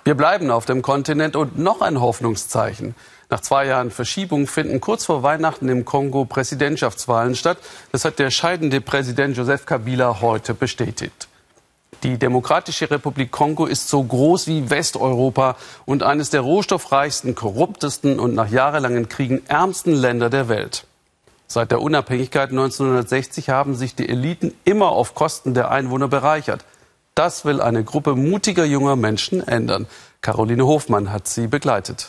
Wir bleiben auf dem Kontinent und noch ein Hoffnungszeichen. Nach 2 Jahren Verschiebung finden kurz vor Weihnachten im Kongo Präsidentschaftswahlen statt. Das hat der scheidende Präsident Joseph Kabila heute bestätigt. Die Demokratische Republik Kongo ist so groß wie Westeuropa und eines der rohstoffreichsten, korruptesten und nach jahrelangen Kriegen ärmsten Länder der Welt. Seit der Unabhängigkeit 1960 haben sich die Eliten immer auf Kosten der Einwohner bereichert. Das will eine Gruppe mutiger junger Menschen ändern. Caroline Hofmann hat sie begleitet.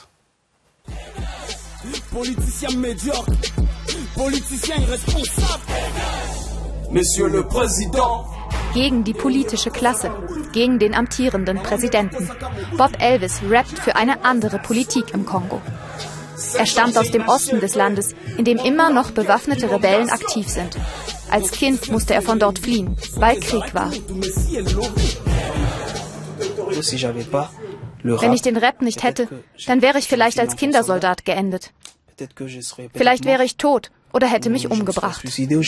Monsieur le Président. Gegen die politische Klasse, gegen den amtierenden Präsidenten. Bob Elvis rappt für eine andere Politik im Kongo. Er stammt aus dem Osten des Landes, in dem immer noch bewaffnete Rebellen aktiv sind. Als Kind musste er von dort fliehen, weil Krieg war. Wenn ich den Rap nicht hätte, dann wäre ich vielleicht als Kindersoldat geendet. Vielleicht wäre ich tot oder hätte mich umgebracht.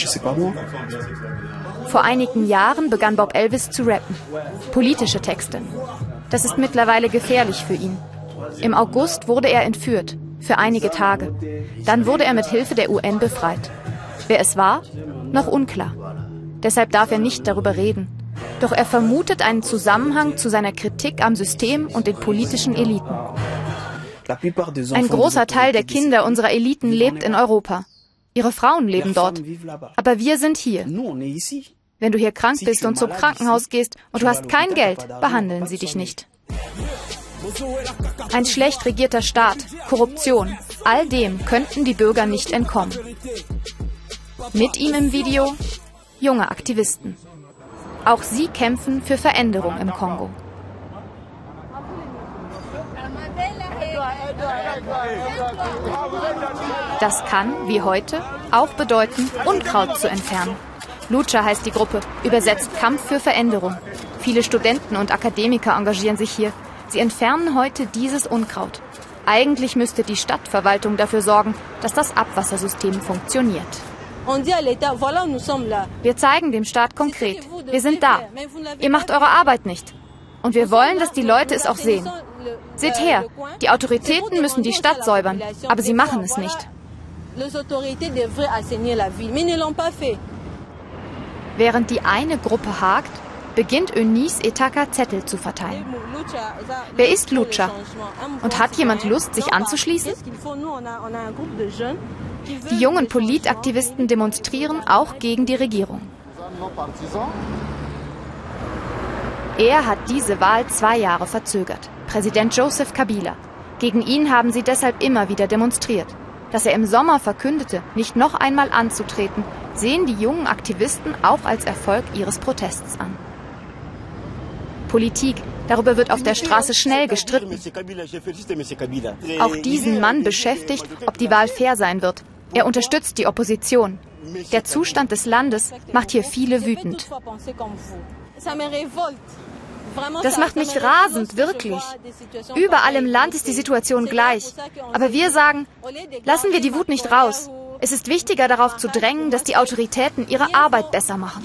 Vor einigen Jahren begann Bob Elvis zu rappen. Politische Texte. Das ist mittlerweile gefährlich für ihn. Im August wurde er entführt, für einige Tage. Dann wurde er mit Hilfe der UN befreit. Wer es war? Noch unklar. Deshalb darf er nicht darüber reden. Doch er vermutet einen Zusammenhang zu seiner Kritik am System und den politischen Eliten. Ein großer Teil der Kinder unserer Eliten lebt in Europa. Ihre Frauen leben dort. Aber wir sind hier. Wenn du hier krank bist und zum Krankenhaus gehst und du hast kein Geld, behandeln sie dich nicht. Ein schlecht regierter Staat, Korruption, all dem könnten die Bürger nicht entkommen. Mit ihm im Video junge Aktivisten. Auch sie kämpfen für Veränderung im Kongo. Das kann, wie heute, auch bedeuten, Unkraut zu entfernen. Lucha heißt die Gruppe, übersetzt Kampf für Veränderung. Viele Studenten und Akademiker engagieren sich hier. Sie entfernen heute dieses Unkraut. Eigentlich müsste die Stadtverwaltung dafür sorgen, dass das Abwassersystem funktioniert. Wir zeigen dem Staat konkret, wir sind da. Ihr macht eure Arbeit nicht. Und wir wollen, dass die Leute es auch sehen. Seht her, die Autoritäten müssen die Stadt säubern, aber sie machen es nicht. Während die eine Gruppe hakt, beginnt Eunice Etaka Zettel zu verteilen. Wer ist Lucha? Und hat jemand Lust, sich anzuschließen? Die jungen Politaktivisten demonstrieren auch gegen die Regierung. Er hat diese Wahl 2 Jahre verzögert. Präsident Joseph Kabila. Gegen ihn haben sie deshalb immer wieder demonstriert. Dass er im Sommer verkündete, nicht noch einmal anzutreten, sehen die jungen Aktivisten auch als Erfolg ihres Protests an. Politik, darüber wird auf der Straße schnell gestritten. Auch diesen Mann beschäftigt, ob die Wahl fair sein wird. Er unterstützt die Opposition. Der Zustand des Landes macht hier viele wütend. Das macht mich rasend, wirklich. Überall im Land ist die Situation gleich. Aber wir sagen, lassen wir die Wut nicht raus. Es ist wichtiger, darauf zu drängen, dass die Autoritäten ihre Arbeit besser machen.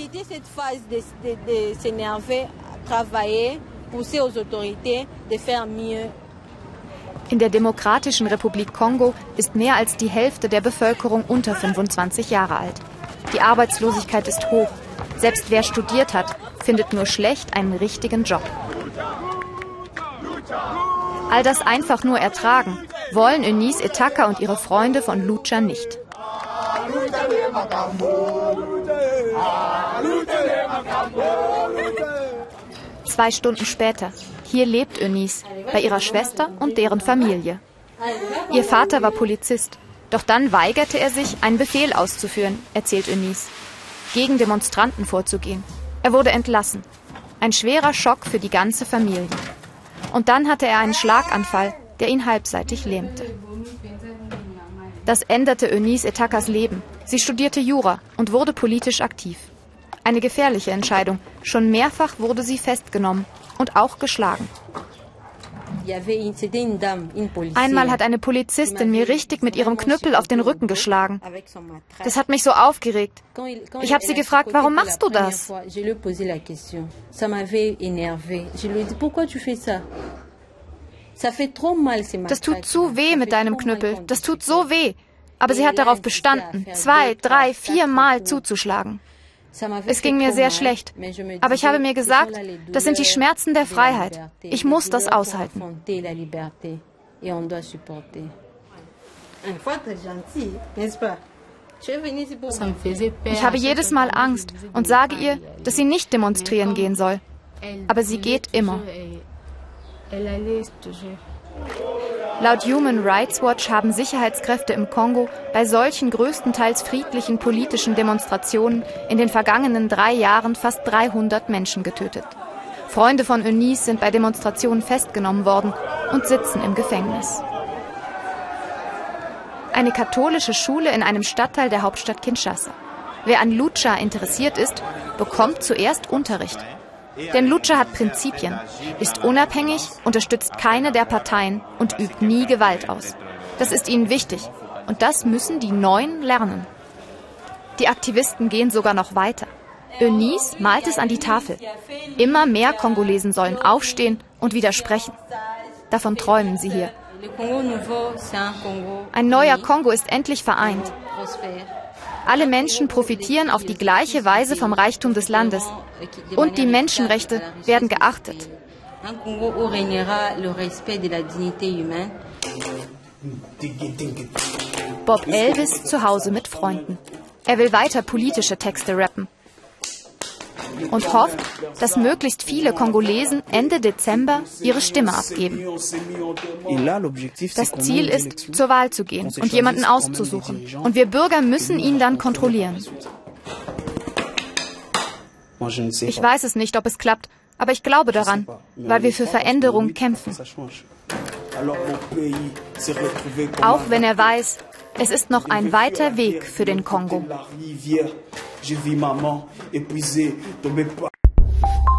In der Demokratischen Republik Kongo ist mehr als die Hälfte der Bevölkerung unter 25 Jahre alt. Die Arbeitslosigkeit ist hoch. Selbst wer studiert hat, findet nur schlecht einen richtigen Job. All das einfach nur ertragen, wollen Eunice Etaka und ihre Freunde von Lucha nicht. 2 Stunden später. Hier lebt Eunice, bei ihrer Schwester und deren Familie. Ihr Vater war Polizist, doch dann weigerte er sich, einen Befehl auszuführen, erzählt Eunice, gegen Demonstranten vorzugehen. Er wurde entlassen. Ein schwerer Schock für die ganze Familie. Und dann hatte er einen Schlaganfall, der ihn halbseitig lähmte. Das änderte Eunice Etakas Leben. Sie studierte Jura und wurde politisch aktiv. Eine gefährliche Entscheidung. Schon mehrfach wurde sie festgenommen und auch geschlagen. Einmal hat eine Polizistin mir richtig mit ihrem Knüppel auf den Rücken geschlagen. Das hat mich so aufgeregt. Ich habe sie gefragt, warum machst du das? Das tut zu weh mit deinem Knüppel. Das tut so weh. Aber sie hat darauf bestanden, 2, 3, 4 Mal zuzuschlagen. Es ging mir sehr schlecht. Aber ich habe mir gesagt, das sind die Schmerzen der Freiheit. Ich muss das aushalten. Ich habe jedes Mal Angst und sage ihr, dass sie nicht demonstrieren gehen soll. Aber sie geht immer. Laut Human Rights Watch haben Sicherheitskräfte im Kongo bei solchen größtenteils friedlichen politischen Demonstrationen in den vergangenen 3 Jahren fast 300 Menschen getötet. Freunde von Eunice sind bei Demonstrationen festgenommen worden und sitzen im Gefängnis. Eine katholische Schule in einem Stadtteil der Hauptstadt Kinshasa. Wer an Lucha interessiert ist, bekommt zuerst Unterricht. Denn Lucha hat Prinzipien, ist unabhängig, unterstützt keine der Parteien und übt nie Gewalt aus. Das ist ihnen wichtig und das müssen die Neuen lernen. Die Aktivisten gehen sogar noch weiter. Eunice malt es an die Tafel. Immer mehr Kongolesen sollen aufstehen und widersprechen. Davon träumen sie hier. Ein neuer Kongo ist endlich vereint. Alle Menschen profitieren auf die gleiche Weise vom Reichtum des Landes. Und die Menschenrechte werden geachtet. Bob Elvis zu Hause mit Freunden. Er will weiter politische Texte rappen. Und hofft, dass möglichst viele Kongolesen Ende Dezember ihre Stimme abgeben. Das Ziel ist, zur Wahl zu gehen und jemanden auszusuchen. Und wir Bürger müssen ihn dann kontrollieren. Ich weiß es nicht, ob es klappt, aber ich glaube daran, weil wir für Veränderung kämpfen. Auch wenn er weiß, es ist noch ein weiter Weg für den Kongo.